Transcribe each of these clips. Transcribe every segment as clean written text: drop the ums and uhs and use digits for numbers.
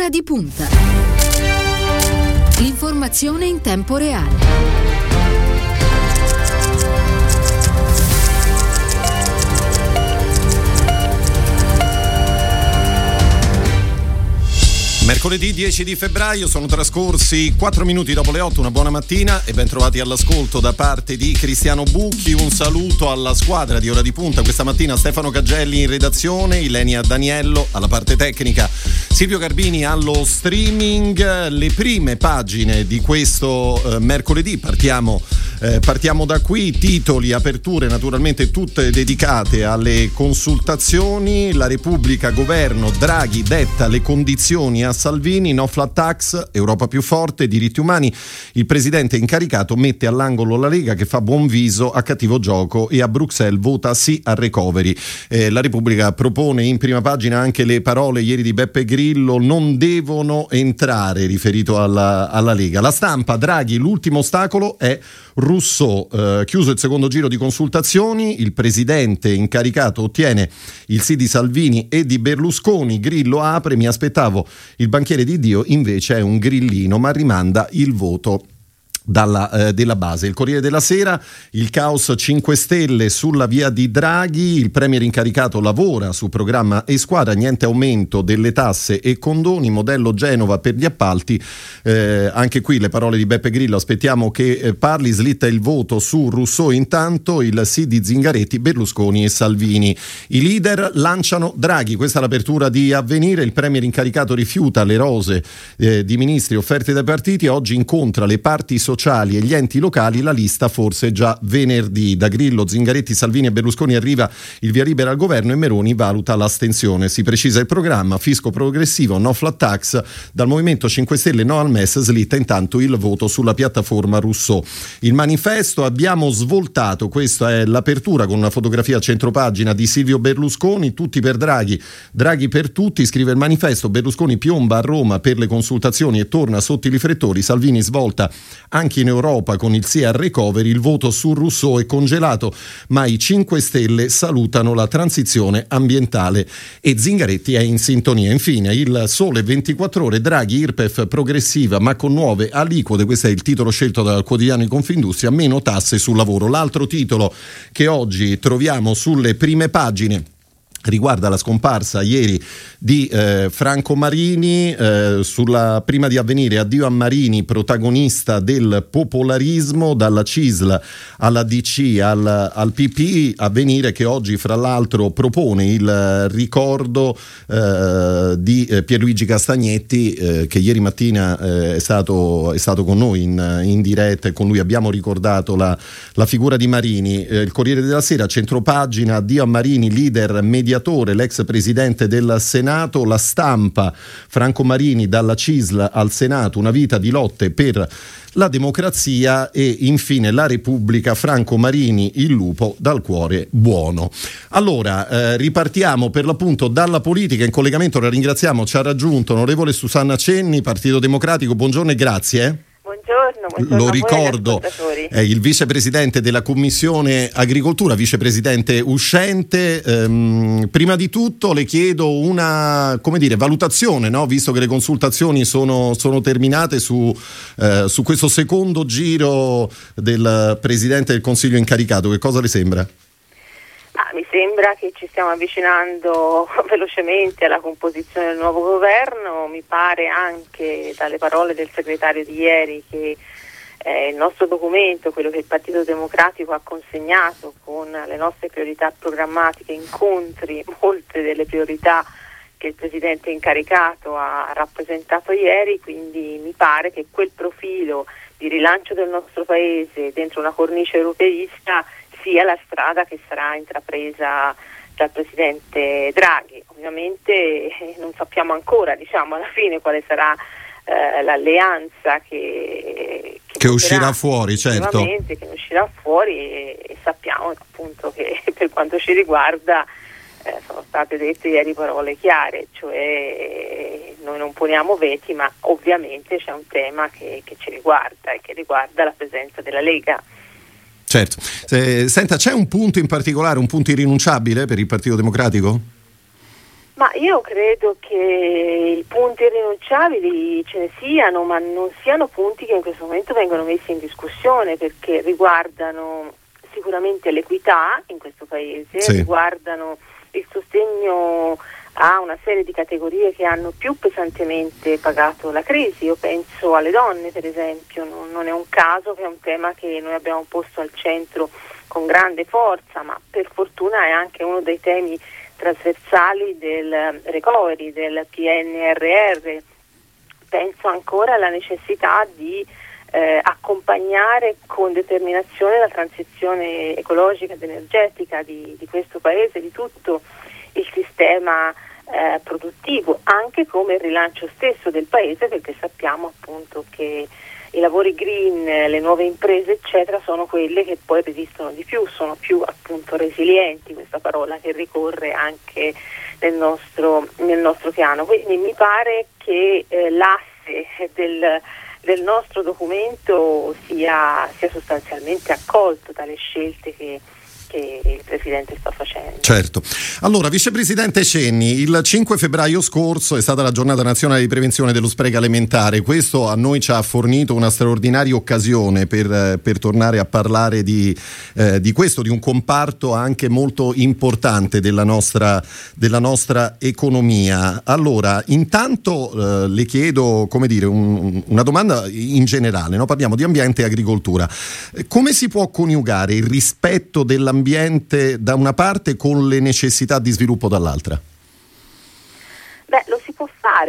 Ora di punta. L'informazione in tempo reale. Mercoledì 10 di febbraio, sono trascorsi 4 minuti dopo le 8, una buona mattina e ben trovati all'ascolto da parte di Cristiano Bucchi. Un saluto alla squadra di Ora di Punta, questa mattina Stefano Cagelli in redazione, Ilenia Daniello alla parte tecnica, Silvio Garbini allo streaming. Le prime pagine di questo mercoledì, partiamo da qui, titoli, aperture naturalmente tutte dedicate alle consultazioni. La Repubblica, governo, Draghi detta le condizioni a Salvini, no flat tax, Europa più forte, diritti umani. Il presidente incaricato mette all'angolo la Lega che fa buon viso a cattivo gioco e a Bruxelles vota sì al recovery. La Repubblica propone in prima pagina anche le parole ieri di Beppe Grillo, non devono entrare, riferito alla Lega. La Stampa, Draghi, l'ultimo ostacolo è Rousseau, chiuso il secondo giro di consultazioni, il presidente incaricato ottiene il sì di Salvini e di Berlusconi. Grillo apre, mi aspettavo il banchiere di Dio, invece è un grillino, ma rimanda il voto della base. Il Corriere della Sera, il caos 5 Stelle sulla via di Draghi, il premier incaricato lavora su programma e squadra, niente aumento delle tasse e condoni, modello Genova per gli appalti. Anche qui le parole di Beppe Grillo, aspettiamo che parli, slitta il voto su Rousseau, intanto il sì di Zingaretti, Berlusconi e Salvini. I leader lanciano Draghi, questa è l'apertura di Avvenire. Il premier incaricato rifiuta le rose di ministri offerte dai partiti, oggi incontra le parti sociali e gli enti locali, la lista forse già venerdì. Da Grillo, Zingaretti, Salvini e Berlusconi arriva il via libera al governo e Meloni valuta l'astensione. Si precisa il programma, fisco progressivo, no flat tax. Dal Movimento 5 Stelle no al MES, slitta intanto il voto sulla piattaforma Rousseau. Il Manifesto, abbiamo svoltato, questa è l'apertura con una fotografia a centropagina di Silvio Berlusconi, tutti per Draghi, Draghi per tutti, scrive il Manifesto. Berlusconi piomba a Roma per le consultazioni e torna sotto i riflettori. Salvini svolta anche in Europa con il sì al recovery, il voto su Rousseau è congelato, ma i 5 Stelle salutano la transizione ambientale e Zingaretti è in sintonia. Infine il Sole 24 Ore, Draghi, Irpef progressiva ma con nuove aliquote, questo è il titolo scelto dal quotidiano di Confindustria, meno tasse sul lavoro. L'altro titolo che oggi troviamo sulle prime pagine riguarda la scomparsa ieri di Franco Marini. Sulla prima di Avvenire, addio a Marini, protagonista del popolarismo, dalla CISL alla DC al PP. Avvenire che oggi fra l'altro propone il ricordo di Pierluigi Castagnetti, che ieri mattina è stato con noi in diretta e con lui abbiamo ricordato la figura di Marini. Il Corriere della Sera, centropagina, addio a Marini, leader mediatore, l'ex presidente del Senato. La Stampa, Franco Marini dalla CISL al Senato, una vita di lotte per la democrazia. E infine La Repubblica, Franco Marini, il lupo dal cuore buono. Allora ripartiamo per l'appunto dalla politica. In collegamento, la ringraziamo, ci ha raggiunto onorevole Susanna Cenni, Partito Democratico. Buongiorno e grazie. Buongiorno, lo ricordo, è il vicepresidente della Commissione Agricoltura, vicepresidente uscente. Prima di tutto le chiedo una valutazione, no? Visto che le consultazioni sono terminate su questo secondo giro del presidente del Consiglio incaricato, che cosa le sembra? Mi sembra che ci stiamo avvicinando velocemente alla composizione del nuovo governo. Mi pare anche dalle parole del segretario di ieri che il nostro documento, quello che il Partito Democratico ha consegnato con le nostre priorità programmatiche, incontri molte delle priorità che il Presidente incaricato ha rappresentato ieri, quindi mi pare che quel profilo di rilancio del nostro Paese dentro una cornice europeista sia la strada che sarà intrapresa dal Presidente Draghi. Ovviamente non sappiamo ancora, alla fine quale sarà l'alleanza che uscirà fuori, certo. Che ne uscirà fuori e sappiamo appunto che per quanto ci riguarda sono state dette ieri parole chiare, cioè noi non poniamo veti, ma ovviamente c'è un tema che ci riguarda e che riguarda la presenza della Lega. Certo. Senta, c'è un punto in particolare, un punto irrinunciabile per il Partito Democratico? Ma io credo che i punti irrinunciabili ce ne siano, ma non siano punti che in questo momento vengono messi in discussione, perché riguardano sicuramente l'equità in questo Paese, sì, riguardano il sostegno a una serie di categorie che hanno più pesantemente pagato la crisi. Io penso alle donne, per esempio, non è un caso che è un tema che noi abbiamo posto al centro con grande forza, ma per fortuna è anche uno dei temi trasversali del recovery, del PNRR. Penso ancora alla necessità di accompagnare con determinazione la transizione ecologica ed energetica di questo Paese, di tutto il sistema produttivo, anche come il rilancio stesso del Paese, perché sappiamo appunto che i lavori green, le nuove imprese eccetera sono quelle che poi resistono di più, sono più appunto resilienti, questa parola che ricorre anche nel nostro piano. Quindi mi pare che l'asse del nostro documento sia sostanzialmente accolto dalle scelte che il Presidente sta facendo. Certo. Allora, Vicepresidente Cenni, il 5 febbraio scorso è stata la giornata nazionale di prevenzione dello spreco alimentare. Questo a noi ci ha fornito una straordinaria occasione per tornare a parlare di questo, di un comparto anche molto importante della nostra economia. Allora, intanto le chiedo, come dire, una domanda in generale, no? Parliamo di ambiente e agricoltura. Come si può coniugare il rispetto dell'ambiente da una parte con le necessità di sviluppo dall'altra? Beh, lo si può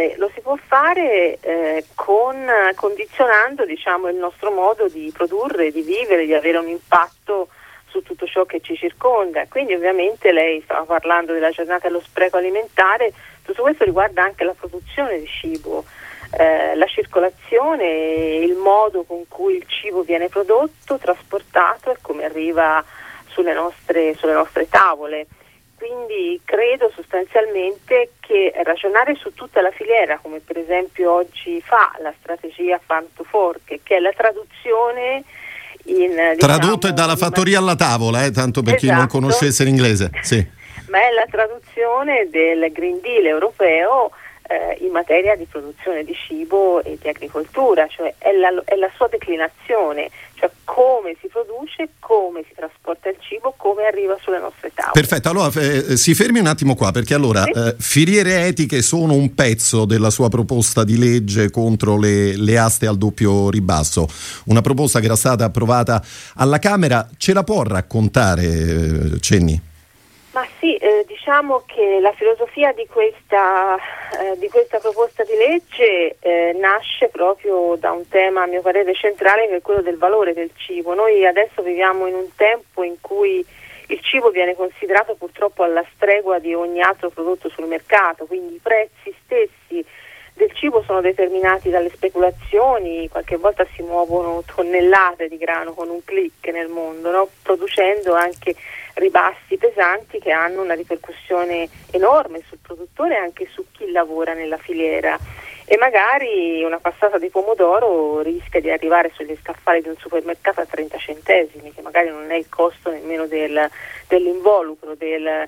fare condizionando, diciamo, il nostro modo di produrre, di vivere, di avere un impatto su tutto ciò che ci circonda. Quindi ovviamente lei stava parlando della giornata dello spreco alimentare, tutto questo riguarda anche la produzione di cibo, la circolazione, il modo con cui il cibo viene prodotto, trasportato e come arriva sulle nostre tavole. Quindi credo sostanzialmente che ragionare su tutta la filiera, come per esempio oggi fa la strategia Farm to Fork, che è la traduzione tradotte dalla fattoria alla tavola, tanto per chi non conoscesse l'inglese. Sì. Ma è la traduzione del Green Deal europeo in materia di produzione di cibo e di agricoltura, cioè è la sua declinazione, cioè come si produce, come si trasporta il cibo, come arriva sulle nostre tavole. Perfetto, allora si fermi un attimo qua, perché allora filiere etiche sono un pezzo della sua proposta di legge contro le aste al doppio ribasso, una proposta che era stata approvata alla Camera. Ce la può raccontare, Cenni? Ma sì, diciamo che la filosofia di questa proposta di legge nasce proprio da un tema, a mio parere, centrale, che è quello del valore del cibo. Noi adesso viviamo in un tempo in cui il cibo viene considerato purtroppo alla stregua di ogni altro prodotto sul mercato, quindi i prezzi stessi del cibo sono determinati dalle speculazioni, qualche volta si muovono tonnellate di grano con un click nel mondo, no? Producendo anche ribassi pesanti che hanno una ripercussione enorme sul produttore e anche su chi lavora nella filiera, e magari una passata di pomodoro rischia di arrivare sugli scaffali di un supermercato a 30 centesimi, che magari non è il costo nemmeno dell'involucro, del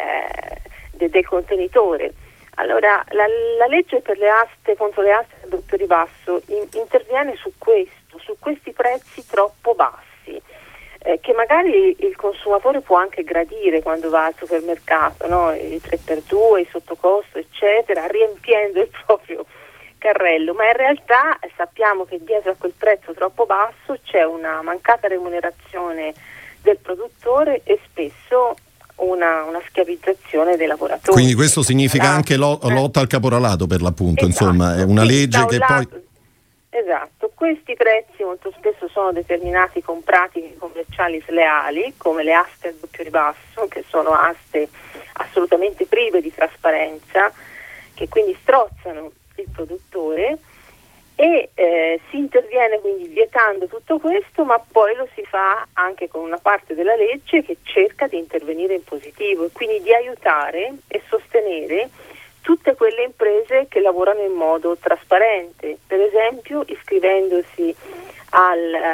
contenitore. Allora la legge per le aste, contro le aste al doppio ribasso interviene su questi prezzi troppo bassi, che magari il consumatore può anche gradire quando va al supermercato, no? I 3x2, i sottocosto eccetera, riempiendo il proprio carrello, ma in realtà sappiamo che dietro a quel prezzo troppo basso c'è una mancata remunerazione del produttore e spesso una schiavizzazione dei lavoratori. Quindi questo significa anche lotta al caporalato, per l'appunto, esatto. Insomma è una legge che poi... Esatto, questi prezzi molto spesso sono determinati con pratiche commerciali sleali, come le aste a doppio ribasso, che sono aste assolutamente prive di trasparenza, che quindi strozzano il produttore, e si interviene quindi vietando tutto questo, ma poi lo si fa anche con una parte della legge che cerca di intervenire in positivo e quindi di aiutare e sostenere tutte quelle imprese che lavorano in modo trasparente, per esempio iscrivendosi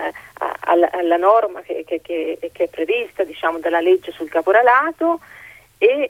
alla norma che è prevista, diciamo, dalla legge sul caporalato, e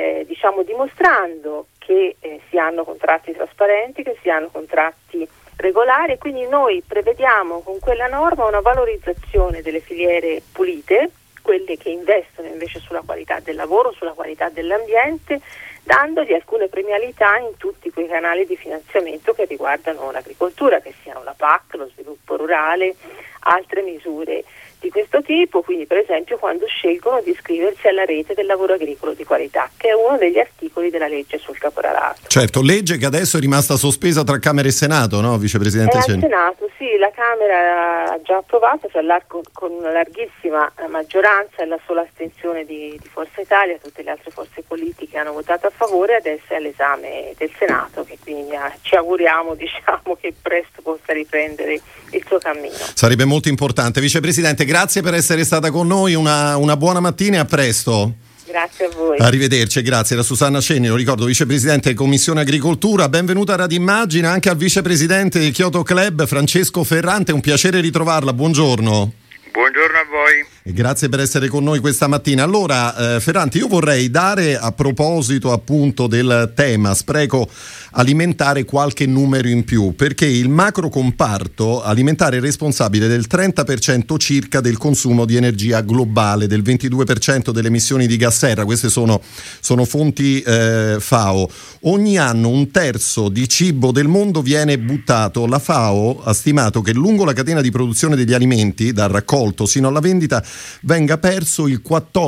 dimostrando che si hanno contratti trasparenti, che si hanno contratti regolari, quindi noi prevediamo con quella norma una valorizzazione delle filiere pulite, quelle che investono invece sulla qualità del lavoro, sulla qualità dell'ambiente, dandogli alcune premialità in tutti quei canali di finanziamento che riguardano l'agricoltura, che siano la PAC, lo sviluppo rurale, altre misure di questo tipo, quindi per esempio quando scelgono di iscriversi alla rete del lavoro agricolo di qualità, che è uno degli articoli della legge sul caporalato. Certo, legge che adesso è rimasta sospesa tra Camera e Senato, no, Vicepresidente? Al Senato, sì, la Camera ha già approvato con una larghissima maggioranza e la sola astensione di Forza Italia, tutte le altre forze politiche hanno votato a favore, adesso è all'esame del Senato, che quindi ci auguriamo che presto possa riprendere il suo cammino. Sarebbe molto importante. Vicepresidente, grazie per essere stata con noi, una buona mattina e a presto. Grazie a voi. Arrivederci, grazie. Da Susanna Cenni, lo ricordo, Vicepresidente Commissione Agricoltura. Benvenuta a Radio Immagina anche al Vicepresidente del Kyoto Club, Francesco Ferrante, un piacere ritrovarla, buongiorno. Buongiorno a voi. E grazie per essere con noi questa mattina. Allora, Ferranti, io vorrei dare, a proposito appunto del tema spreco alimentare, qualche numero in più, perché il macro comparto alimentare è responsabile del 30% circa del consumo di energia globale, del 22% delle emissioni di gas serra. Queste sono fonti FAO. Ogni anno un terzo di cibo del mondo viene buttato. La FAO ha stimato che lungo la catena di produzione degli alimenti, dal raccolto sino alla vendita, venga perso il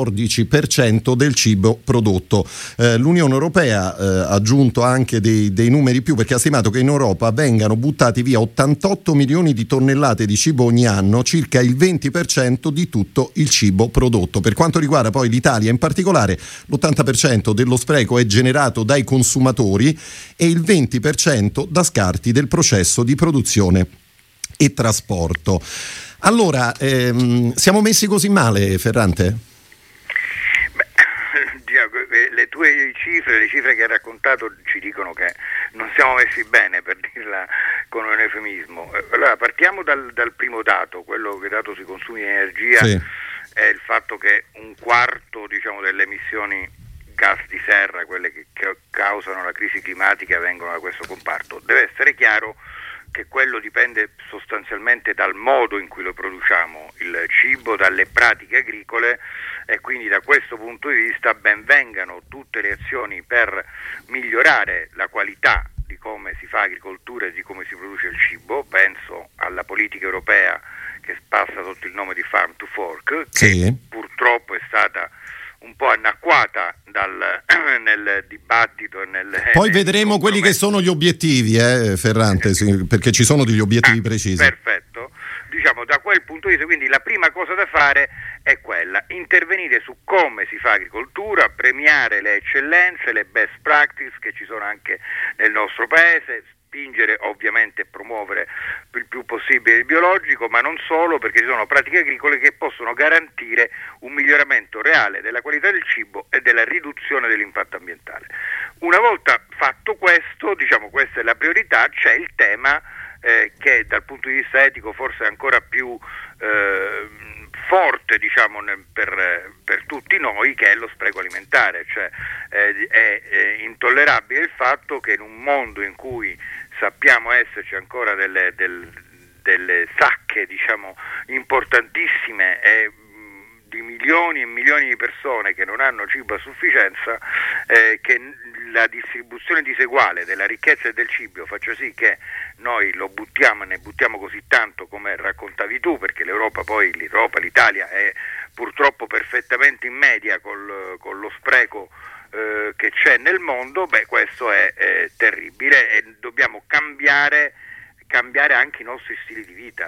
14% del cibo prodotto. L'Unione Europea ha aggiunto anche dei numeri più, perché ha stimato che in Europa vengano buttati via 88 milioni di tonnellate di cibo ogni anno, circa il 20% di tutto il cibo prodotto. Per quanto riguarda poi l'Italia in particolare, l'80% dello spreco è generato dai consumatori e il 20% da scarti del processo di produzione e trasporto. Allora, siamo messi così male, Ferrante? Le tue cifre, le cifre che hai raccontato ci dicono che non siamo messi bene, per dirla con un eufemismo. Allora partiamo dal primo dato, quello che è dato sui consumi di energia, sì. È il fatto che un quarto, delle emissioni gas di serra, quelle che causano la crisi climatica, vengono da questo comparto. Deve essere chiaro che quello dipende sostanzialmente dal modo in cui lo produciamo, il cibo, dalle pratiche agricole, e quindi da questo punto di vista ben vengano tutte le azioni per migliorare la qualità di come si fa agricoltura e di come si produce il cibo. Penso alla politica europea che passa sotto il nome di Farm to Fork, sì, che purtroppo è stata un po' annacquata nel dibattito e poi vedremo quelli che sono gli obiettivi, Ferrante, sì, perché ci sono degli obiettivi precisi. Perfetto. Da quel punto di vista, quindi la prima cosa da fare è quella, intervenire su come si fa agricoltura, premiare le eccellenze, le best practice che ci sono anche nel nostro paese, spingere ovviamente e promuovere il più possibile il biologico, ma non solo, perché ci sono pratiche agricole che possono garantire un miglioramento reale della qualità del cibo e della riduzione dell'impatto ambientale. Una volta fatto questo, questa è la priorità, c'è il tema che dal punto di vista etico forse è ancora più forte per tutti noi, che è lo spreco alimentare. Cioè è intollerabile il fatto che in un mondo in cui sappiamo esserci ancora delle sacche importantissime e di milioni e milioni di persone che non hanno cibo a sufficienza, che la distribuzione diseguale della ricchezza e del cibo faccia sì che noi lo buttiamo e ne buttiamo così tanto come raccontavi tu, perché l'Italia è purtroppo perfettamente in media con lo spreco che c'è nel mondo. Questo è terribile e dobbiamo cambiare anche i nostri stili di vita,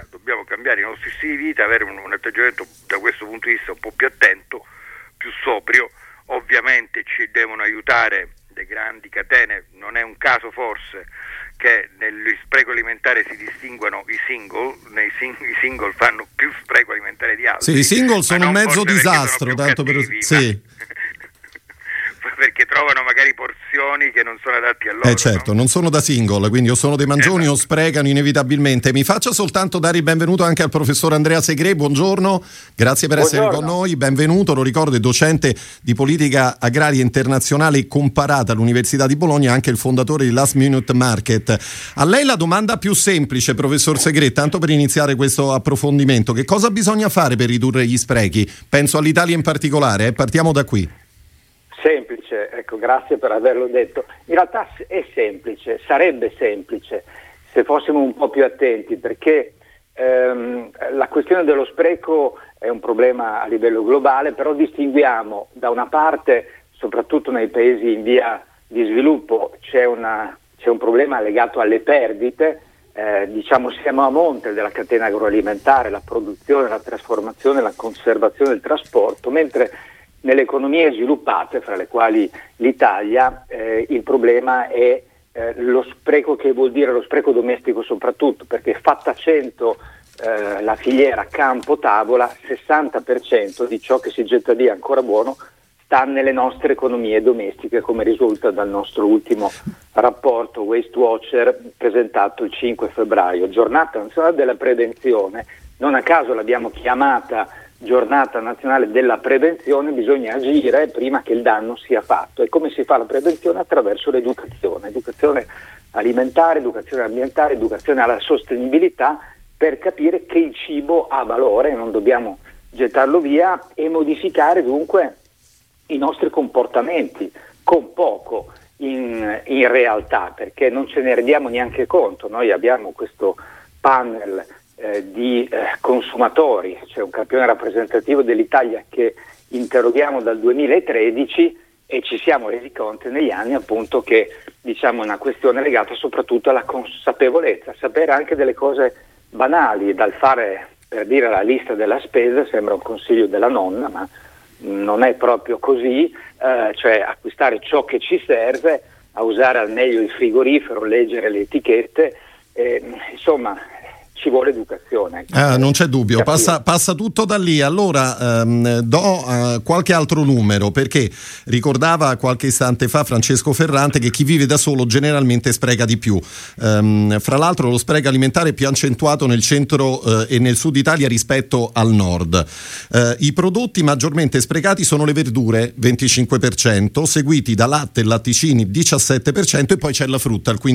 avere un atteggiamento da questo punto di vista un po' più attento, più sobrio. Ovviamente ci devono aiutare le grandi catene, non è un caso forse che nello spreco alimentare si distinguano i single, i single fanno più spreco alimentare di altri. Sì, i single sono un mezzo disastro, tanto cattivi, sì. Perché trovano magari porzioni situazioni che non sono adatti a loro. Certo, no? Non sono da single, quindi o sono dei mangioni o sprecano inevitabilmente. Mi faccia soltanto dare il benvenuto anche al professor Andrea Segre, buongiorno, grazie per essere con noi, benvenuto, lo ricordo, è docente di politica agraria internazionale comparata all'Università di Bologna, anche il fondatore di Last Minute Market. A lei la domanda più semplice, professor Segre, tanto per iniziare questo approfondimento: che cosa bisogna fare per ridurre gli sprechi? Penso all'Italia in particolare, partiamo da qui. Semplice, ecco, grazie per averlo detto. In realtà è semplice, sarebbe semplice se fossimo un po' più attenti, perché la questione dello spreco è un problema a livello globale, però distinguiamo da una parte, soprattutto nei paesi in via di sviluppo, c'è un problema legato alle perdite, siamo a monte della catena agroalimentare, la produzione, la trasformazione, la conservazione, il trasporto, mentre nelle economie sviluppate, fra le quali l'Italia, il problema è lo spreco, che vuol dire lo spreco domestico soprattutto, perché fatta 100 la filiera campo-tavola, 60% di ciò che si getta via ancora buono sta nelle nostre economie domestiche, come risulta dal nostro ultimo rapporto Waste Watcher presentato il 5 febbraio, giornata nazionale della prevenzione. Non a caso l'abbiamo chiamata giornata nazionale della prevenzione, bisogna agire prima che il danno sia fatto. E come si fa la prevenzione? Attraverso l'educazione alimentare, educazione ambientale, educazione alla sostenibilità, per capire che il cibo ha valore, non dobbiamo gettarlo via, e modificare dunque i nostri comportamenti con poco in realtà, perché non ce ne rendiamo neanche conto. Noi abbiamo questo panel di consumatori, c'è un campione rappresentativo dell'Italia che interroghiamo dal 2013 e ci siamo resi conto negli anni appunto che è una questione legata soprattutto alla consapevolezza, sapere anche delle cose banali, dal fare, per dire, la lista della spesa, sembra un consiglio della nonna, ma non è proprio così, cioè acquistare ciò che ci serve, a usare al meglio il frigorifero, leggere le etichette, insomma ci vuole educazione. Non c'è dubbio, passa tutto da lì. Allora do qualche altro numero, perché ricordava qualche istante fa Francesco Ferrante che chi vive da solo generalmente spreca di più. Fra l'altro lo spreco alimentare è più accentuato nel centro e nel sud Italia rispetto al nord. I prodotti maggiormente sprecati sono le verdure, 25%, seguiti da latte e latticini, 17%, e poi c'è la frutta, il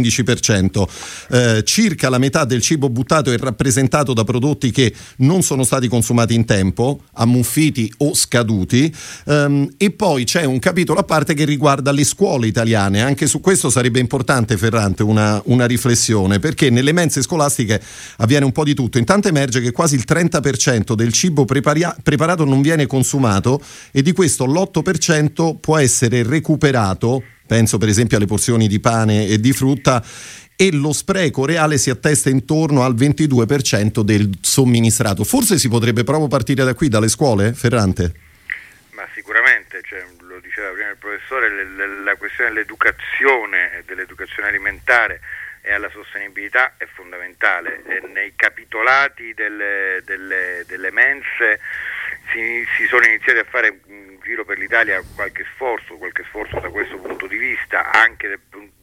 15%. Circa la metà del cibo buttato è rappresentato da prodotti che non sono stati consumati in tempo, ammuffiti o scaduti, e poi c'è un capitolo a parte che riguarda le scuole italiane. Anche su questo sarebbe importante, Ferrante, una riflessione, perché nelle mense scolastiche avviene un po' di tutto. Intanto emerge che quasi il 30% del cibo preparato non viene consumato, e di questo l'8% può essere recuperato, penso per esempio alle porzioni di pane e di frutta, e lo spreco reale si attesta intorno al 22% del somministrato. Forse si potrebbe proprio partire da qui, dalle scuole, Ferrante? Ma sicuramente, lo diceva prima il professore, la questione dell'educazione alimentare e alla sostenibilità è fondamentale. E nei capitolati delle mense si sono iniziati a fare un giro per l'Italia, qualche sforzo da questo punto di vista, anche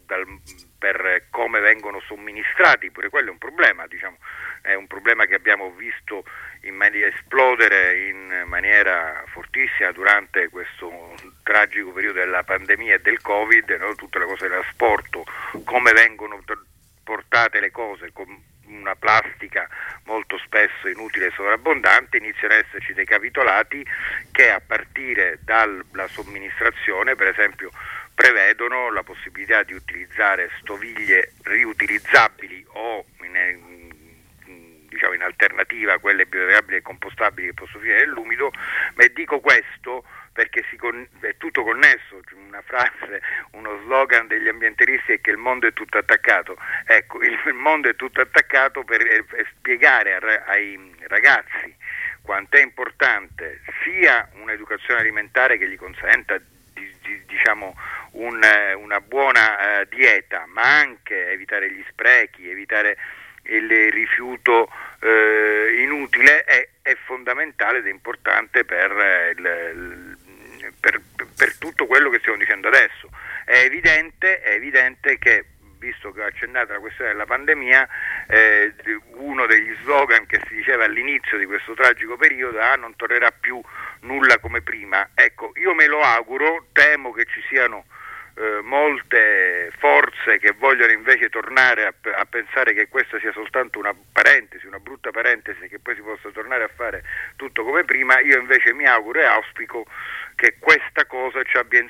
per come vengono somministrati. Pure quello è un problema, è un problema che abbiamo visto esplodere in maniera fortissima durante questo tragico periodo della pandemia e del Covid, no? Tutte le cose del trasporto, come vengono portate le cose, con una plastica molto spesso inutile e sovrabbondante. Iniziano ad esserci dei capitolati che, a partire dalla somministrazione, per esempio, prevedono la possibilità di utilizzare stoviglie riutilizzabili o in alternativa a quelle biodegradabili e compostabili che possono finire nell'umido. Ma dico questo perché è tutto connesso. Una frase, uno slogan degli ambientalisti è che il mondo è tutto attaccato. Ecco, il mondo è tutto attaccato per spiegare ai ragazzi quanto è importante sia un'educazione alimentare che gli consenta una buona dieta, ma anche evitare gli sprechi, evitare il rifiuto inutile, è fondamentale ed è importante per tutto quello che stiamo dicendo adesso. È evidente che, visto che ho accennato la questione della pandemia, uno degli slogan che si diceva all'inizio di questo tragico periodo non tornerà più nulla come prima. Ecco, io me lo auguro, temo che ci siano molte forze che vogliono invece tornare a pensare che questa sia soltanto una parentesi, una brutta parentesi, che poi si possa tornare a fare tutto come prima. Io invece mi auguro e auspico che questa cosa ci abbia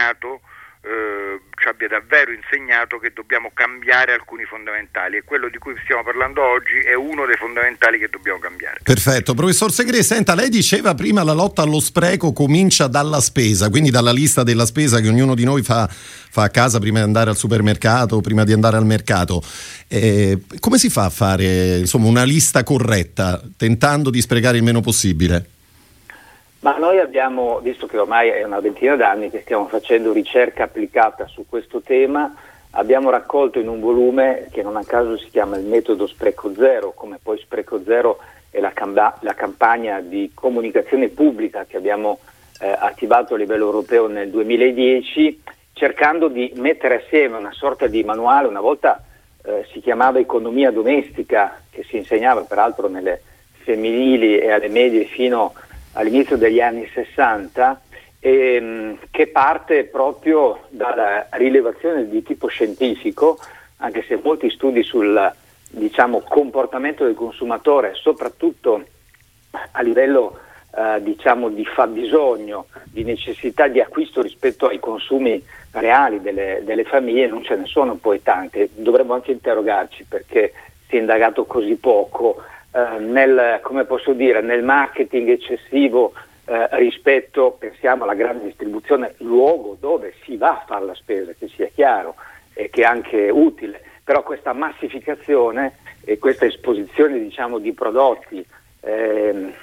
davvero insegnato che dobbiamo cambiare alcuni fondamentali, e quello di cui stiamo parlando oggi è uno dei fondamentali che dobbiamo cambiare. Perfetto. Professor Segre, senta, lei diceva prima la lotta allo spreco comincia dalla spesa, quindi dalla lista della spesa che ognuno di noi fa a casa prima di andare al supermercato, prima di andare al mercato. Come si fa a fare, insomma, una lista corretta, tentando di sprecare il meno possibile? Ma noi abbiamo, visto che ormai è una ventina d'anni che stiamo facendo ricerca applicata su questo tema, abbiamo raccolto in un volume che non a caso si chiama il metodo Spreco Zero, come poi Spreco Zero è la campagna di comunicazione pubblica che abbiamo attivato a livello europeo nel 2010, cercando di mettere assieme una sorta di manuale. Una volta si chiamava economia domestica, che si insegnava peraltro nelle femminili e alle medie fino all'inizio degli anni 60, che parte proprio dalla rilevazione di tipo scientifico, anche se molti studi sul comportamento del consumatore, soprattutto a livello di fabbisogno, di necessità di acquisto rispetto ai consumi reali delle famiglie, non ce ne sono poi tante. Dovremmo anche interrogarci perché si è indagato così poco nel marketing eccessivo rispetto, pensiamo alla grande distribuzione, luogo dove si va a fare la spesa, che sia chiaro e che è anche utile, però questa massificazione e questa esposizione di prodotti e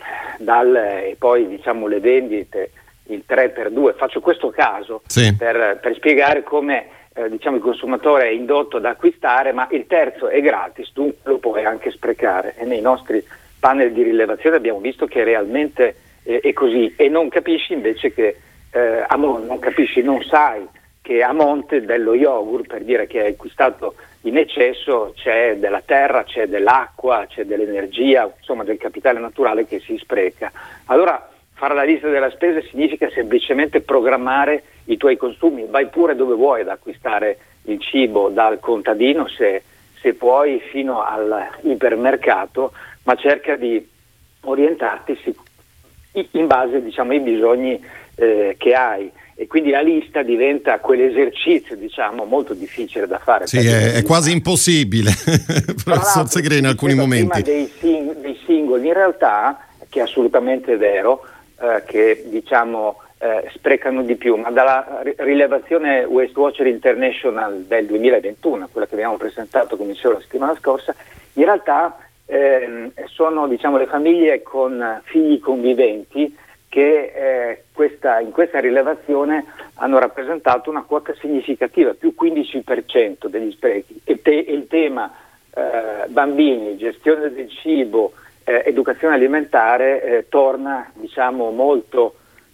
poi le vendite, il 3x2, faccio questo caso per spiegare come il consumatore è indotto ad acquistare, ma il terzo è gratis, tu lo puoi anche sprecare, e nei nostri panel di rilevazione abbiamo visto che realmente è così, e non capisci invece che non sai che a monte dello yogurt, per dire che hai acquistato in eccesso, c'è della terra, c'è dell'acqua, c'è dell'energia, insomma del capitale naturale che si spreca. Allora fare la lista della spesa significa semplicemente programmare i tuoi consumi, vai pure dove vuoi ad acquistare il cibo, dal contadino se puoi fino all'ipermercato, ma cerca di orientarti in base ai bisogni che hai, e quindi la lista diventa quell'esercizio molto difficile da fare. Sì, è quasi impossibile, professor Segre, in alcuni momenti. Dei singoli, in realtà, che è assolutamente vero, che sprecano di più, ma dalla rilevazione Waste Watcher International del 2021, quella che abbiamo presentato, come dicevo, la settimana scorsa, in realtà sono le famiglie con figli conviventi che in questa rilevazione hanno rappresentato una quota significativa, più 15% degli sprechi, e il tema bambini, gestione del cibo, educazione alimentare torna molto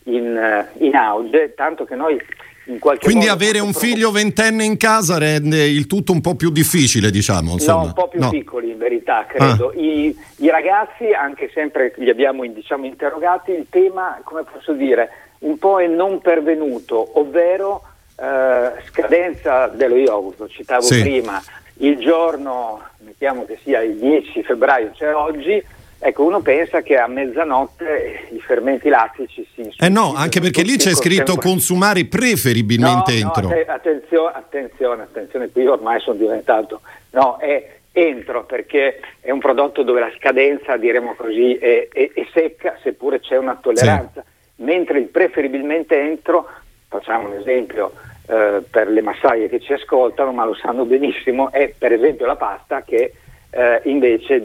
in auge, tanto che noi in qualche modo... Quindi avere un figlio ventenne in casa rende il tutto un po' più difficile, insomma. No, un po' più piccoli in verità, credo. I ragazzi, anche sempre li abbiamo interrogati, il tema, come posso dire, un po' è non pervenuto, ovvero scadenza dello yogurt, lo citavo prima, il giorno, mettiamo che sia il 10 febbraio, cioè oggi. Ecco, uno pensa che a mezzanotte i fermenti lattici si... no, anche perché lì c'è scritto consumare preferibilmente entro. Attenzione, qui ormai sono diventato... No, è entro, perché è un prodotto dove la scadenza, diremo così, è secca, seppure c'è una tolleranza. Mentre il preferibilmente entro, facciamo un esempio per le massaie che ci ascoltano, ma lo sanno benissimo, è per esempio la pasta che invece,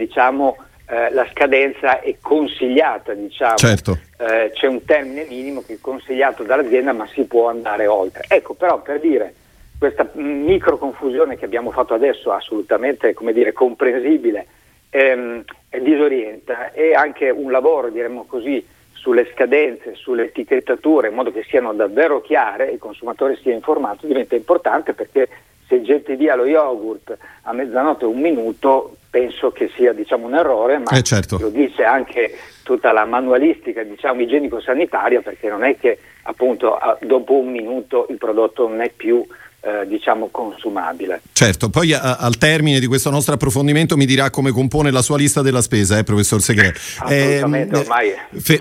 la scadenza è consigliata, Certo. C'è un termine minimo che è consigliato dall'azienda, ma si può andare oltre. Ecco, però, per dire, questa micro confusione che abbiamo fatto adesso, assolutamente, comprensibile, disorienta, e anche un lavoro, diremmo così, sulle scadenze, sulle etichettature, in modo che siano davvero chiare e il consumatore sia informato, diventa importante, perché se getti via lo yogurt a mezzanotte 1 minuto penso che sia, diciamo, un errore, ma certo. Lo dice anche tutta la manualistica, diciamo, igienico-sanitaria, perché non è che appunto dopo 1 minuto il prodotto non è più diciamo consumabile. Certo, poi al termine di questo nostro approfondimento mi dirà come compone la sua lista della spesa, professor Segre. Assolutamente, ormai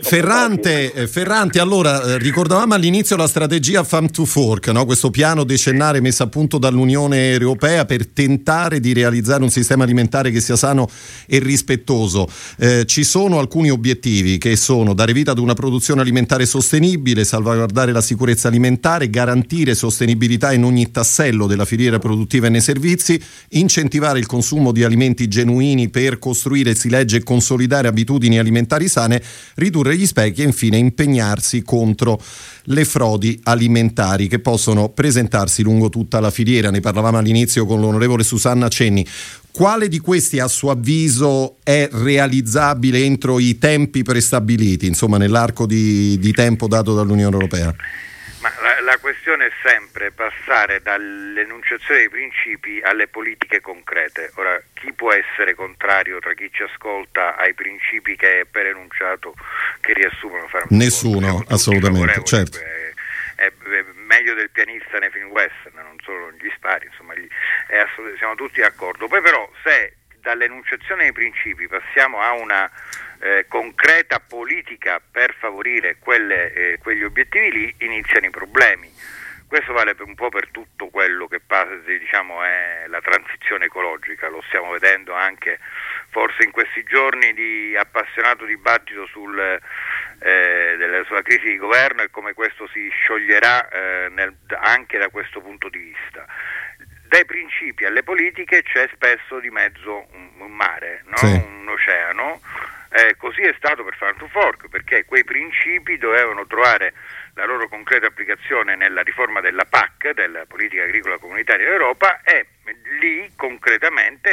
Ferranti, allora ricordavamo all'inizio la strategia Farm to Fork, no? Questo piano decennale messo a punto dall'Unione Europea per tentare di realizzare un sistema alimentare che sia sano e rispettoso. Ci sono alcuni obiettivi che sono: dare vita ad una produzione alimentare sostenibile, salvaguardare la sicurezza alimentare, garantire sostenibilità in ogni tassello della filiera produttiva e nei servizi, incentivare il consumo di alimenti genuini per costruire, si legge, e consolidare abitudini alimentari sane, ridurre gli sprechi e infine impegnarsi contro le frodi alimentari che possono presentarsi lungo tutta la filiera. Ne parlavamo all'inizio con l'onorevole Susanna Cenni. Quale di questi, a suo avviso, è realizzabile entro i tempi prestabiliti, insomma nell'arco di tempo dato dall'Unione Europea? Ma la questione è sempre passare dall'enunciazione dei principi alle politiche concrete. Ora, chi può essere contrario tra chi ci ascolta ai principi che è per enunciato, che riassumono Nessuno, assolutamente, certo. È meglio del pianista nei film western, non solo gli spari, insomma, siamo tutti d'accordo. Poi però, se dall'enunciazione dei principi passiamo a una concreta politica per favorire quegli obiettivi lì, iniziano i problemi. Questo vale un po' per tutto quello che diciamo è la transizione ecologica. Lo stiamo vedendo anche forse in questi giorni di appassionato dibattito sulla crisi di governo e come questo si scioglierà anche da questo punto di vista. Dai principi alle politiche c'è spesso di mezzo un mare, no? Sì. Un oceano. Così è stato per Farm to Fork, perché quei principi dovevano trovare la loro concreta applicazione nella riforma della PAC, della politica agricola comunitaria d'Europa, e lì concretamente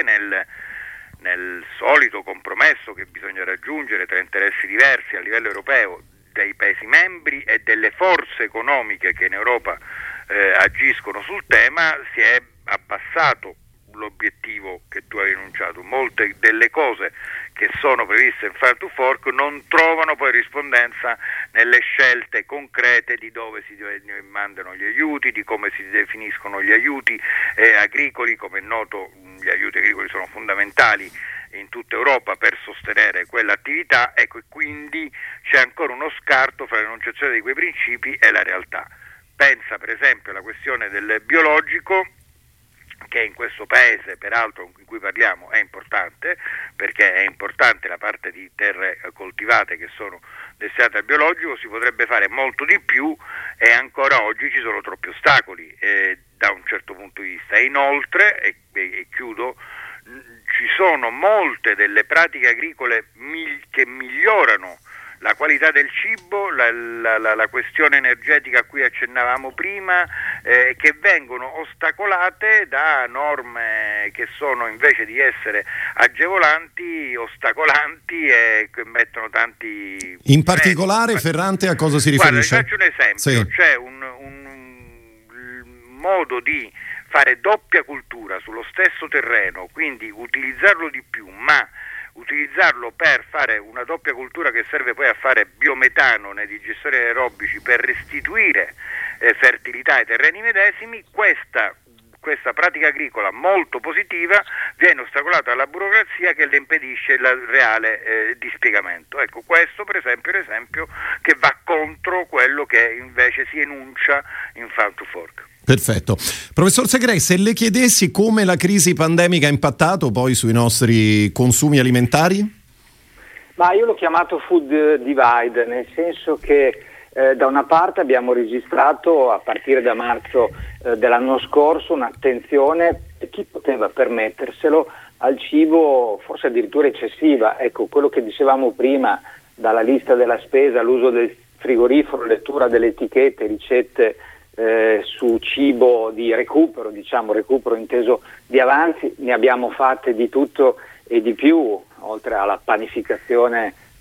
nel solito compromesso che bisogna raggiungere tra interessi diversi a livello europeo dei Paesi membri e delle forze economiche che in Europa agiscono sul tema, si è abbassato l'obiettivo che tu hai enunciato. Molte delle cose che sono previste in Farm to Fork non trovano poi rispondenza nelle scelte concrete di dove si mandano gli aiuti, di come si definiscono gli aiuti agricoli. Come è noto, gli aiuti agricoli sono fondamentali in tutta Europa per sostenere quell'attività, ecco, e quindi c'è ancora uno scarto fra l'enunciazione di quei principi e la realtà. Pensa per esempio alla questione del biologico, che in questo paese, peraltro in cui parliamo, è importante, perché è importante la parte di terre coltivate che sono destinate al biologico. Si potrebbe fare molto di più e ancora oggi ci sono troppi ostacoli da un certo punto di vista. E inoltre, e chiudo, ci sono molte delle pratiche agricole che migliorano la qualità del cibo, la questione energetica a cui accennavamo prima, che vengono ostacolate da norme che sono, invece di essere agevolanti, ostacolanti e che mettono tanti... In particolare, Ferrante, a cosa si riferisce? Guarda, vi faccio un esempio. Sì. C'è un modo di fare doppia cultura sullo stesso terreno, quindi utilizzarlo di più, ma utilizzarlo per fare una doppia cultura che serve poi a fare biometano nei digestori aerobici per restituire fertilità ai terreni medesimi. Questa pratica agricola molto positiva viene ostacolata dalla burocrazia che le impedisce il reale dispiegamento. Ecco, questo per esempio è un esempio che va contro quello che invece si enuncia in Farm to Fork. Perfetto. Professor Segre, se le chiedessi come la crisi pandemica ha impattato poi sui nostri consumi alimentari? Ma io l'ho chiamato food divide, nel senso che da una parte abbiamo registrato a partire da marzo dell'anno scorso un'attenzione di chi poteva permetterselo al cibo forse addirittura eccessiva. Ecco, quello che dicevamo prima, dalla lista della spesa, l'uso del frigorifero, lettura delle etichette, ricette su cibo di recupero, diciamo recupero inteso di avanzi, ne abbiamo fatte di tutto e di più, oltre alla panificazione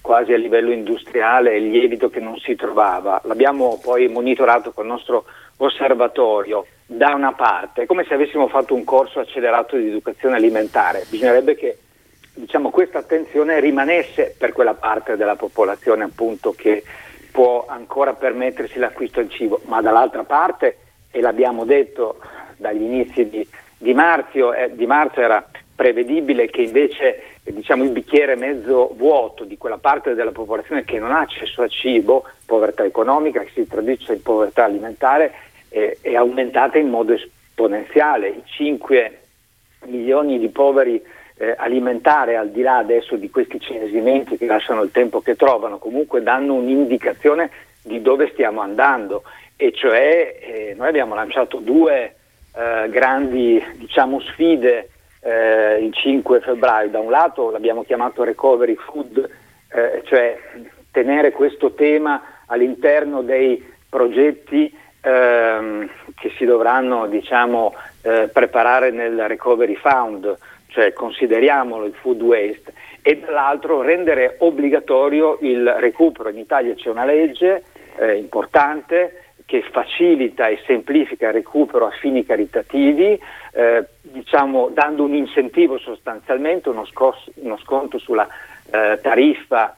quasi a livello industriale il lievito che non si trovava. L'abbiamo poi monitorato col nostro osservatorio. Da una parte è come se avessimo fatto un corso accelerato di educazione alimentare, bisognerebbe che questa attenzione rimanesse per quella parte della popolazione appunto che può ancora permettersi l'acquisto del cibo, ma dall'altra parte, e l'abbiamo detto dagli inizi di marzo era prevedibile che invece il bicchiere mezzo vuoto di quella parte della popolazione che non ha accesso al cibo, povertà economica che si traduce in povertà alimentare, è aumentata in modo esponenziale. I 5 milioni di poveri alimentari, al di là adesso di questi cinesimenti che lasciano il tempo che trovano, comunque danno un'indicazione di dove stiamo andando, e cioè noi abbiamo lanciato 2 grandi sfide il 5 febbraio. Da un lato l'abbiamo chiamato Recovery Food, cioè tenere questo tema all'interno dei progetti che si dovranno preparare nel Recovery Fund, cioè consideriamolo il food waste, e dall'altro rendere obbligatorio il recupero. In Italia c'è una legge importante che facilita e semplifica il recupero a fini caritativi, dando un incentivo sostanzialmente, uno sconto sulla tariffa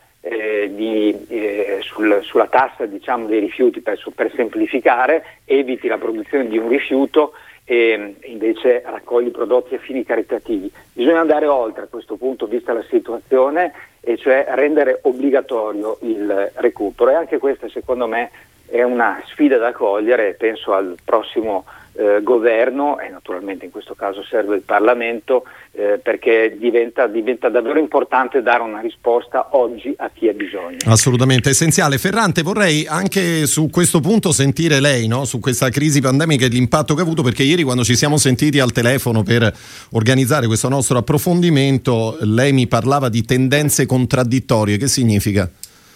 sulla tassa dei rifiuti per semplificare, eviti la produzione di un rifiuto e invece raccogli prodotti a fini caritativi. Bisogna andare oltre a questo punto vista la situazione, e cioè rendere obbligatorio il recupero, e anche questa secondo me è una sfida da cogliere. Penso al prossimo governo, e naturalmente in questo caso serve il Parlamento, perché diventa davvero importante dare una risposta oggi a chi ha bisogno. Assolutamente essenziale. Ferrante, vorrei anche su questo punto sentire lei, no? Su questa crisi pandemica e l'impatto che ha avuto, perché ieri quando ci siamo sentiti al telefono per organizzare questo nostro approfondimento lei mi parlava di tendenze contraddittorie. Che significa?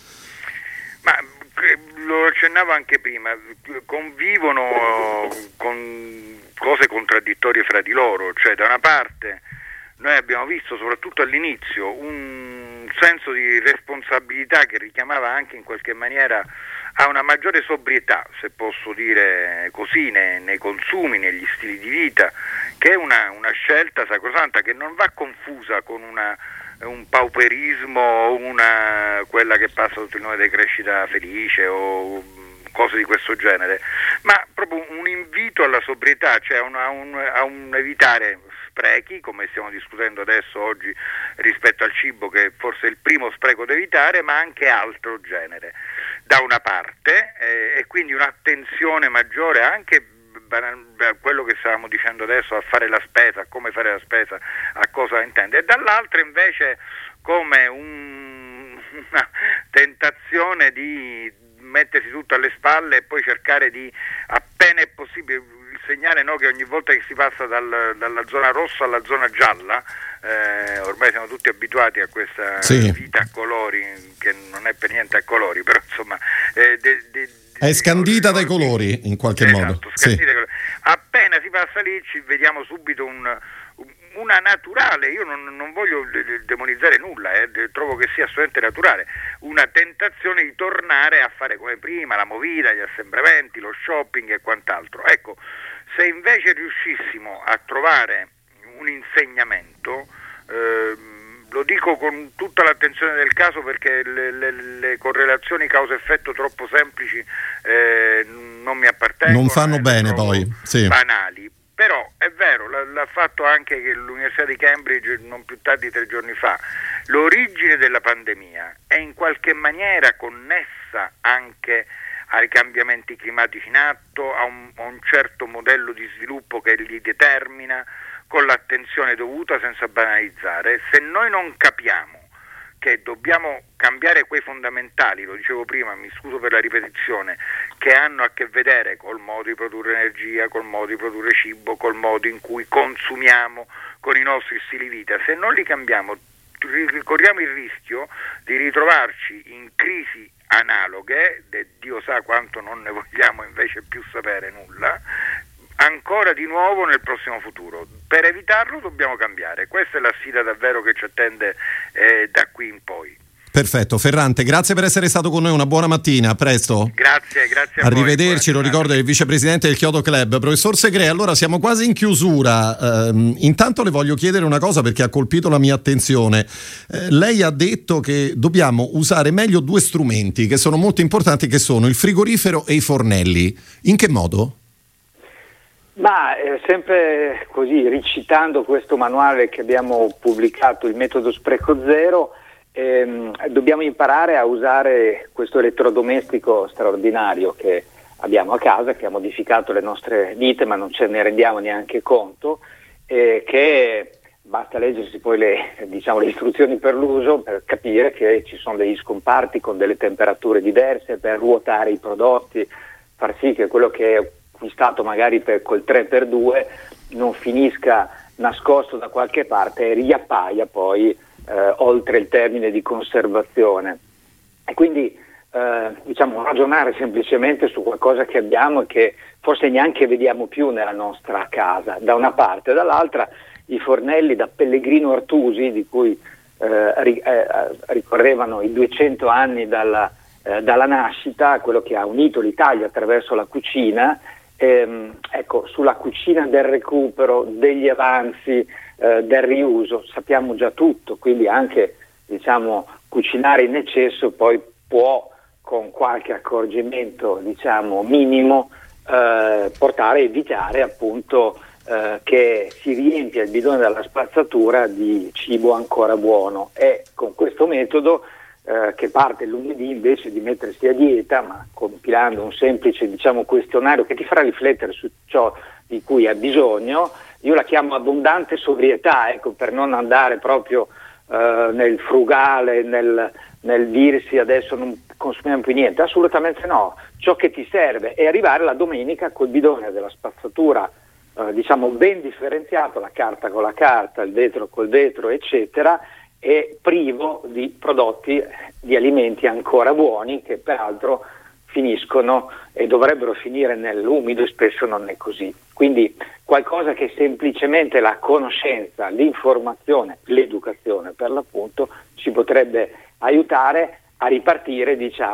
Lo accennavo anche prima, convivono con cose contraddittorie fra di loro, cioè da una parte noi abbiamo visto soprattutto all'inizio un senso di responsabilità che richiamava anche in qualche maniera a una maggiore sobrietà, se posso dire così, nei consumi, negli stili di vita, che è una scelta sacrosanta che non va confusa con un pauperismo, quella che passa sotto il nome di crescita felice o cose di questo genere, ma proprio un invito alla sobrietà, cioè a un evitare sprechi, come stiamo discutendo adesso oggi rispetto al cibo, che forse è il primo spreco da evitare, ma anche altro genere da una parte, e quindi un'attenzione maggiore anche a quello che stavamo dicendo adesso, a fare la spesa, a come fare la spesa, a cosa intende, e dall'altra invece come una tentazione di mettersi tutto alle spalle e poi cercare di, appena è possibile, il segnale che ogni volta che si passa dalla zona rossa alla zona gialla, ormai siamo tutti abituati a questa vita a colori, che non è per niente a colori, però insomma è scandita dai colori in qualche modo. Sì. Appena si passa lì ci vediamo subito una naturale, io non voglio demonizzare nulla, trovo che sia assolutamente naturale, una tentazione di tornare a fare come prima, la movida, gli assembramenti, lo shopping e quant'altro. Ecco, se invece riuscissimo a trovare un insegnamento, lo dico con tutta l'attenzione del caso, perché le correlazioni causa-effetto troppo semplici non mi appartengono, non fanno bene poi, banali. Però è vero, l'ha fatto anche l'Università di Cambridge non più tardi di 3 giorni fa. L'origine della pandemia è in qualche maniera connessa anche ai cambiamenti climatici in atto, a un certo modello di sviluppo che li determina, con l'attenzione dovuta, senza banalizzare. Se noi non capiamo che dobbiamo cambiare quei fondamentali, lo dicevo prima, mi scuso per la ripetizione, che hanno a che vedere col modo di produrre energia, col modo di produrre cibo, col modo in cui consumiamo, con i nostri stili di vita, se non li cambiamo corriamo il rischio di ritrovarci in crisi analoghe, Dio sa quanto non ne vogliamo invece più sapere nulla, ancora di nuovo nel prossimo futuro. Per evitarlo dobbiamo cambiare, questa è la sfida davvero che ci attende da qui in poi. Perfetto, Ferrante, grazie per essere stato con noi, una buona mattina, a presto. Grazie a Arrivederci, voi, lo ricordo, è il vicepresidente del Kyoto Club. Professor Segre, allora siamo quasi in chiusura, intanto le voglio chiedere una cosa perché ha colpito la mia attenzione. Lei ha detto che dobbiamo usare meglio due strumenti che sono molto importanti, che sono il frigorifero e i fornelli. In che modo? Ma sempre così, ricitando questo manuale che abbiamo pubblicato, il metodo Spreco Zero, dobbiamo imparare a usare questo elettrodomestico straordinario che abbiamo a casa, che ha modificato le nostre vite ma non ce ne rendiamo neanche conto, che basta leggersi poi le istruzioni per l'uso per capire che ci sono degli scomparti con delle temperature diverse per ruotare i prodotti, far sì che quello che è acquistato magari col 3x2 non finisca nascosto da qualche parte e riappaia poi oltre il termine di conservazione. E quindi ragionare semplicemente su qualcosa che abbiamo e che forse neanche vediamo più nella nostra casa, da una parte, dall'altra i fornelli da Pellegrino Artusi, di cui ricorrevano i 200 anni dalla nascita, quello che ha unito l'Italia attraverso la cucina. Sulla cucina del recupero, degli avanzi, del riuso sappiamo già tutto, quindi anche cucinare in eccesso poi può, con qualche accorgimento minimo, portare a evitare appunto che si riempia il bidone della spazzatura di cibo ancora buono. E con questo metodo che parte lunedì, invece di mettersi a dieta, ma compilando un semplice questionario che ti farà riflettere su ciò di cui hai bisogno, io la chiamo abbondante sobrietà, per non andare proprio nel frugale, nel dirsi adesso non consumiamo più niente, assolutamente no, ciò che ti serve, è arrivare la domenica col bidone della spazzatura ben differenziato, la carta con la carta, il vetro col vetro, eccetera, e privo di prodotti, di alimenti ancora buoni che peraltro finiscono e dovrebbero finire nell'umido e spesso non è così. Quindi qualcosa che semplicemente la conoscenza, l'informazione, l'educazione per l'appunto ci potrebbe aiutare a ripartire,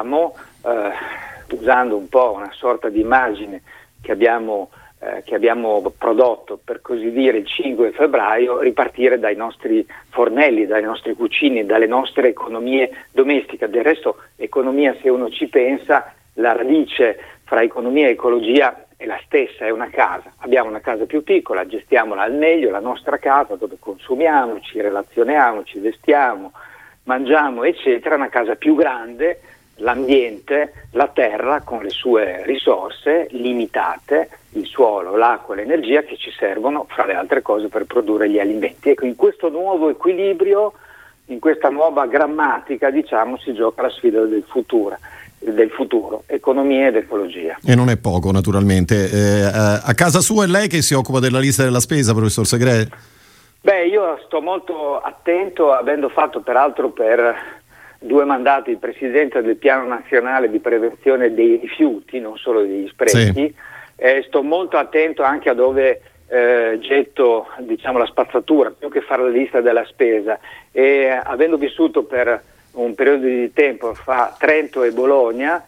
usando un po' una sorta di immagine che abbiamo prodotto, per così dire, il 5 febbraio, ripartire dai nostri fornelli, dai nostri cucini, dalle nostre economie domestiche. Del resto, economia, se uno ci pensa, la radice fra economia e ecologia è la stessa, è una casa. Abbiamo una casa più piccola, gestiamola al meglio, la nostra casa dove consumiamo, ci relazioniamo, ci vestiamo, mangiamo, eccetera. Una casa più grande, l'ambiente, la terra con le sue risorse limitate, il suolo, l'acqua, l'energia che ci servono, fra le altre cose, per produrre gli alimenti. Ecco, in questo nuovo equilibrio, in questa nuova grammatica, si gioca la sfida del futuro, economia ed ecologia. E non è poco, naturalmente. A casa sua è lei che si occupa della lista della spesa, professor Segre? Io sto molto attento, avendo fatto peraltro per 2 mandati il presidente del Piano Nazionale di Prevenzione dei Rifiuti, non solo degli sprechi. Sì. Sto molto attento anche a dove getto la spazzatura, più che fare la lista della spesa, e avendo vissuto per un periodo di tempo fra Trento e Bologna,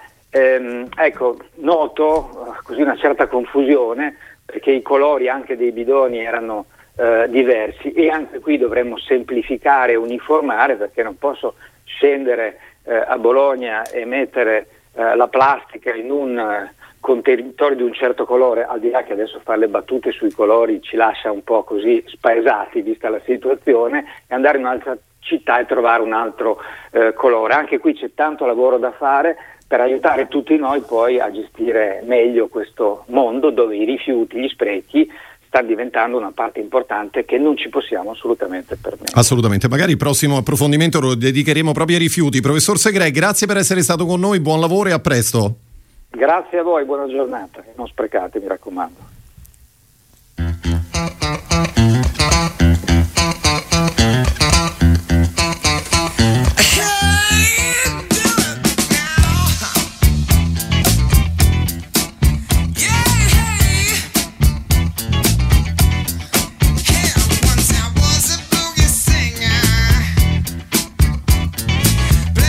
noto così una certa confusione, perché i colori anche dei bidoni erano diversi, e anche qui dovremmo semplificare e uniformare, perché non posso scendere a Bologna e mettere la plastica in un contenitore di un certo colore, al di là che adesso fare le battute sui colori ci lascia un po' così spaesati vista la situazione, e andare in un'altra città e trovare un altro colore. Anche qui c'è tanto lavoro da fare per aiutare tutti noi poi a gestire meglio questo mondo dove i rifiuti, gli sprechi sta diventando una parte importante che non ci possiamo assolutamente permettere. Assolutamente, magari il prossimo approfondimento lo dedicheremo proprio ai rifiuti. Professor Segre, grazie per essere stato con noi, buon lavoro e a presto. Grazie a voi, buona giornata, non sprecate, mi raccomando. Play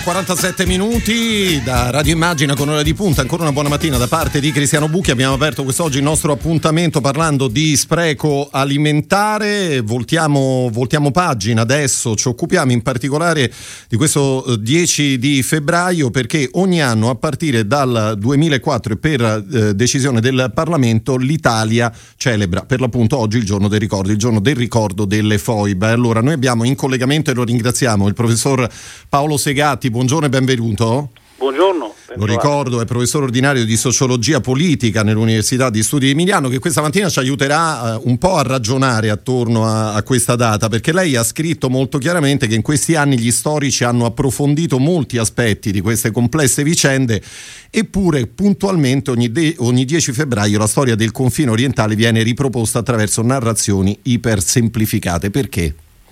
47 minuti da Radio Immagina con Ora di Punta. Ancora una buona mattina da parte di Cristiano Bucchi. Abbiamo aperto quest'oggi il nostro appuntamento parlando di spreco alimentare. Voltiamo pagina adesso, ci occupiamo in particolare di questo 10 di febbraio perché ogni anno a partire dal 2004 e per decisione del Parlamento l'Italia celebra per l'appunto oggi il giorno del ricordo delle foibe. Allora noi abbiamo in collegamento, e lo ringraziamo, il professor Paolo Segatti. Buongiorno e benvenuto. Buongiorno. Lo ricordo, è professore ordinario di sociologia politica nell'Università di Studi di Milano, che questa mattina ci aiuterà un po' a ragionare attorno a questa data, perché lei ha scritto molto chiaramente che in questi anni gli storici hanno approfondito molti aspetti di queste complesse vicende, eppure puntualmente ogni 10 febbraio la storia del confine orientale viene riproposta attraverso narrazioni ipersemplificate. Perché?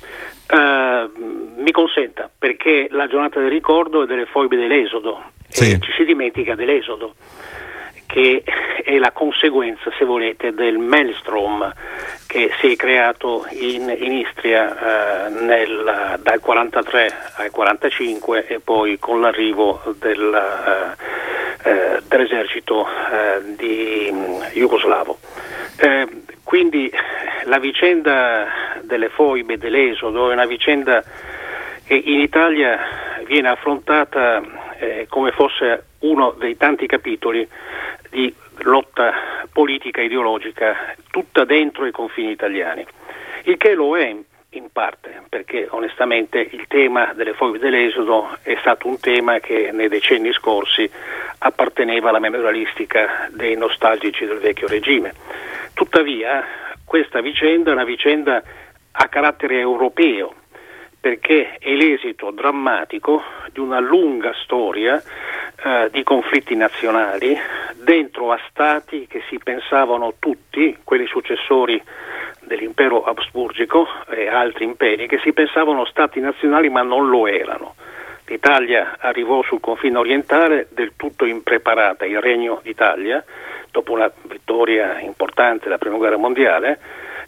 Mi consenta, perché la giornata del ricordo è delle foibe dell'Esodo, sì. E ci si dimentica dell'Esodo, che è la conseguenza, se volete, del maelstrom che si è creato in Istria dal 43 al 45 e poi con l'arrivo dell'esercito di jugoslavo. Quindi la vicenda delle foibe dell'Esodo è una vicenda che in Italia viene affrontata come fosse uno dei tanti capitoli di lotta politica e ideologica tutta dentro i confini italiani, il che lo è in parte perché onestamente il tema delle foibe dell'Esodo è stato un tema che nei decenni scorsi apparteneva alla memorialistica dei nostalgici del vecchio regime. Tuttavia questa vicenda è una vicenda a carattere europeo, perché è l'esito drammatico di una lunga storia di conflitti nazionali dentro a stati che si pensavano tutti, quelli successori dell'impero asburgico e altri imperi, che si pensavano stati nazionali ma non lo erano. L'Italia arrivò sul confine orientale del tutto impreparata, il Regno d'Italia, dopo una vittoria importante della Prima Guerra Mondiale,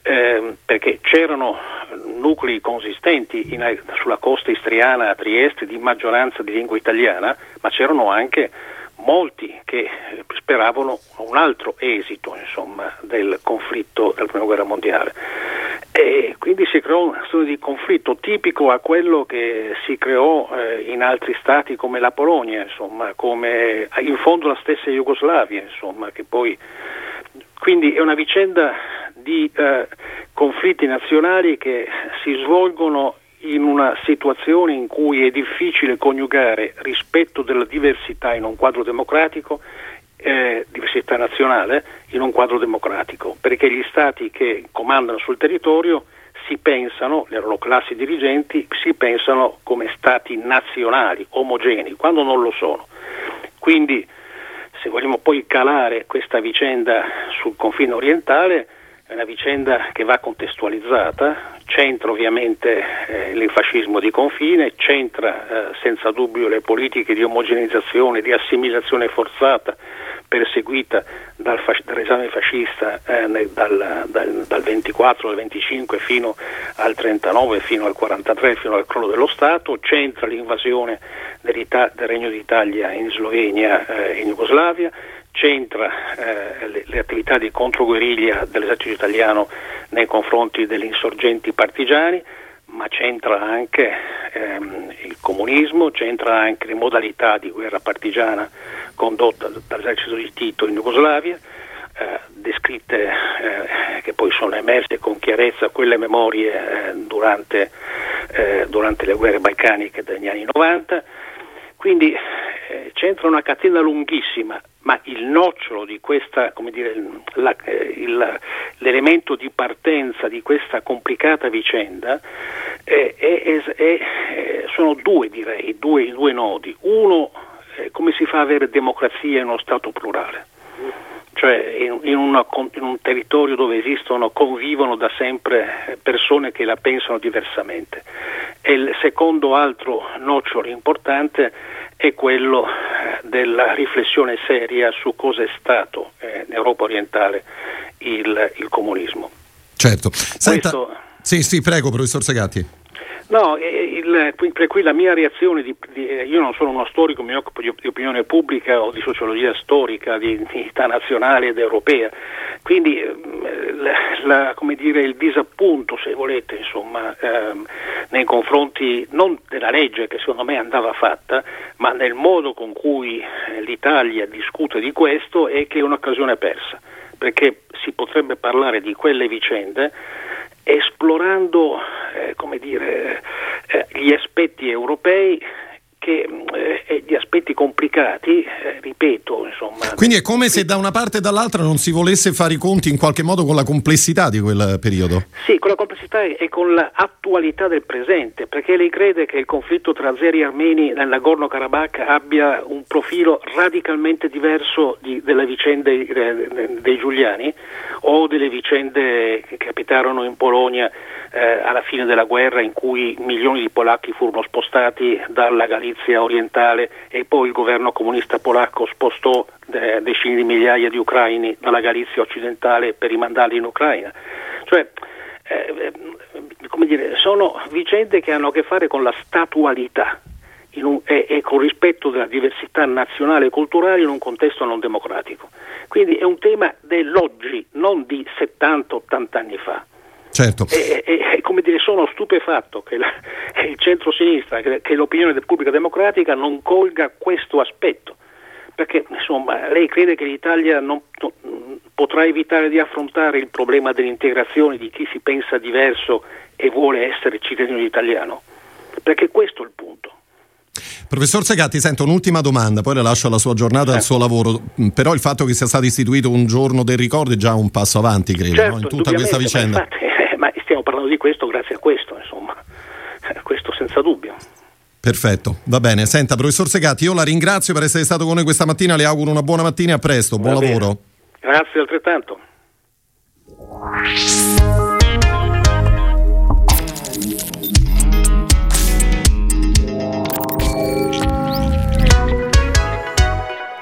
perché c'erano nuclei consistenti sulla costa istriana a Trieste di maggioranza di lingua italiana, ma c'erano anche molti che speravano un altro esito, insomma, del conflitto della Prima Guerra Mondiale. E quindi si creò una storia di conflitto tipico a quello che si creò in altri stati come la Polonia, insomma, come in fondo la stessa Jugoslavia, insomma, che poi quindi è una vicenda di conflitti nazionali che si svolgono in una situazione in cui è difficile coniugare rispetto della diversità in un quadro democratico, diversità nazionale in un quadro democratico, perché gli stati che comandano sul territorio si pensano, le loro classi dirigenti si pensano come stati nazionali, omogenei, quando non lo sono. Quindi se vogliamo poi calare questa vicenda sul confine orientale, è una vicenda che va contestualizzata, c'entra ovviamente il fascismo di confine, c'entra senza dubbio le politiche di omogeneizzazione, di assimilazione forzata perseguita dall'esame fascista dal 24 al 25 fino al 39, fino al 43, fino al crollo dello Stato, c'entra l'invasione del Regno d'Italia in Slovenia e in Jugoslavia, c'entra le attività di controguerriglia dell'esercito italiano nei confronti degli insorgenti partigiani, ma c'entra anche il comunismo, c'entra anche le modalità di guerra partigiana condotta dall'esercito di Tito in Jugoslavia, descritte che poi sono emerse con chiarezza quelle memorie durante le guerre balcaniche degli anni 90. Quindi c'entra una catena lunghissima, ma il nocciolo di questa, come dire, l'elemento di partenza di questa complicata vicenda sono due, direi, due nodi. Uno, come si fa ad avere democrazia in uno Stato plurale? Cioè in un territorio dove convivono da sempre persone che la pensano diversamente. E il secondo altro nocciolo importante è quello della riflessione seria su cosa è stato in Europa orientale il comunismo. Certo. Questo, sì, prego, professor Segatti. No, per cui la mia reazione, io non sono uno storico, mi occupo di opinione pubblica o di sociologia storica, di unità nazionale ed europea, quindi come dire, il disappunto, se volete, insomma, nei confronti non della legge, che secondo me andava fatta, ma nel modo con cui l'Italia discute di questo, è che è un'occasione persa, perché si potrebbe parlare di quelle vicende esplorando gli aspetti europei e gli aspetti complicati, ripeto, insomma. Quindi è come se da una parte e dall'altra non si volesse fare i conti in qualche modo con la complessità di quel periodo. Sì, con la complessità e con l'attualità del presente, perché lei crede che il conflitto tra azeri e armeni nel Nagorno-Karabakh abbia un profilo radicalmente diverso delle vicende dei giuliani o delle vicende che capitarono in Polonia alla fine della guerra, in cui milioni di polacchi furono spostati dalla Galizia orientale e poi il governo comunista polacco spostò decine di migliaia di ucraini dalla Galizia occidentale per rimandarli in Ucraina. Cioè, sono vicende che hanno a che fare con la statualità e con rispetto della diversità nazionale e culturale in un contesto non democratico. Quindi è un tema dell'oggi, non di 70-80 anni fa. Certo. Sono stupefatto che il centro-sinistra, che l'opinione pubblica democratica non colga questo aspetto, perché insomma lei crede che l'Italia non potrà evitare di affrontare il problema dell'integrazione di chi si pensa diverso e vuole essere cittadino italiano, perché questo è il punto. Professor Segatti, sento un'ultima domanda, poi le lascio alla sua giornata e al suo lavoro, però il fatto che sia stato istituito un giorno del ricordo è già un passo avanti, credo, certo, no? In tutta questa vicenda. Ma stiamo parlando di questo grazie a questo, insomma, questo senza dubbio. Perfetto, va bene. Senta, professor Segatti, io la ringrazio per essere stato con noi questa mattina, le auguro una buona mattina e a presto, buon lavoro. Grazie altrettanto.